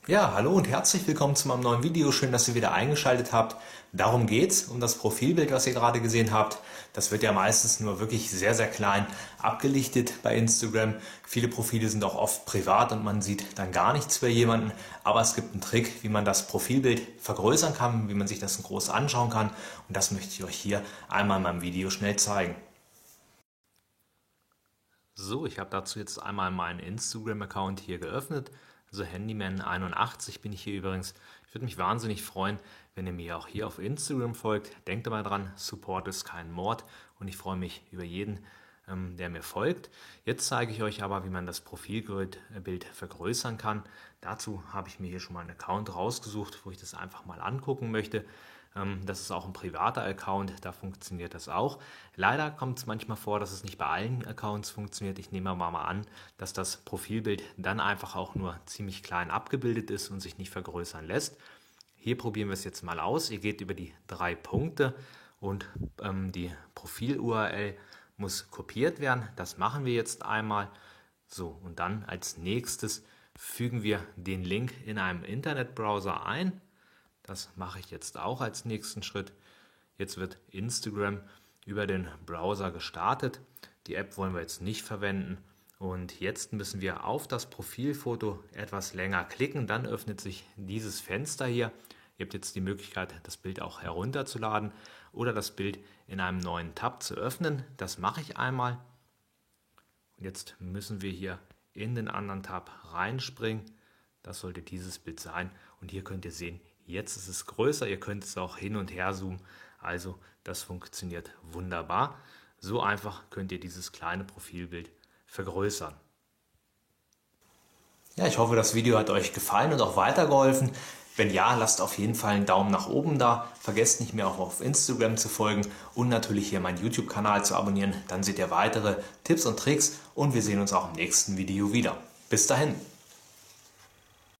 Ja, hallo und herzlich willkommen zu meinem neuen Video. Schön, dass ihr wieder eingeschaltet habt. Darum geht's, um das Profilbild, was ihr gerade gesehen habt. Das wird ja meistens nur wirklich sehr, sehr klein abgelichtet bei Instagram. Viele Profile sind auch oft privat und man sieht dann gar nichts bei jemandem. Aber es gibt einen Trick, wie man das Profilbild vergrößern kann, wie man sich das in groß anschauen kann. Und das möchte ich euch hier einmal in meinem Video schnell zeigen. So, ich habe dazu jetzt einmal meinen Instagram-Account hier geöffnet. Also Handyman81 bin ich hier übrigens. Ich würde mich wahnsinnig freuen, wenn ihr mir auch hier auf Instagram folgt. Denkt immer dran, Support ist kein Mord und ich freue mich über jeden, der mir folgt. Jetzt zeige ich euch aber, wie man das Profilbild vergrößern kann. Dazu habe ich mir hier schon mal einen Account rausgesucht, wo ich das einfach mal angucken möchte. Das ist auch ein privater Account, da funktioniert das auch. Leider kommt es manchmal vor, dass es nicht bei allen Accounts funktioniert. Ich nehme aber mal an, dass das Profilbild dann einfach auch nur ziemlich klein abgebildet ist und sich nicht vergrößern lässt. Hier probieren wir es jetzt mal aus. Ihr geht über die 3 Punkte und die Profil-URL muss kopiert werden. Das machen wir jetzt einmal. So, und dann als nächstes fügen wir den Link in einem Internetbrowser ein. Das mache ich jetzt auch als nächsten Schritt. Jetzt wird Instagram über den Browser gestartet. Die App wollen wir jetzt nicht verwenden. Und jetzt müssen wir auf das Profilfoto etwas länger klicken. Dann öffnet sich dieses Fenster hier. Ihr habt jetzt die Möglichkeit, das Bild auch herunterzuladen oder das Bild in einem neuen Tab zu öffnen. Das mache ich einmal. Und jetzt müssen wir hier in den anderen Tab reinspringen. Das sollte dieses Bild sein. Und hier könnt ihr sehen, jetzt ist es größer. Ihr könnt es auch hin und her zoomen. Also das funktioniert wunderbar. So einfach könnt ihr dieses kleine Profilbild vergrößern. Ja, ich hoffe, das Video hat euch gefallen und auch weitergeholfen. Wenn ja, lasst auf jeden Fall einen Daumen nach oben da. Vergesst nicht mehr auch auf Instagram zu folgen und natürlich hier meinen YouTube-Kanal zu abonnieren. Dann seht ihr weitere Tipps und Tricks und wir sehen uns auch im nächsten Video wieder. Bis dahin.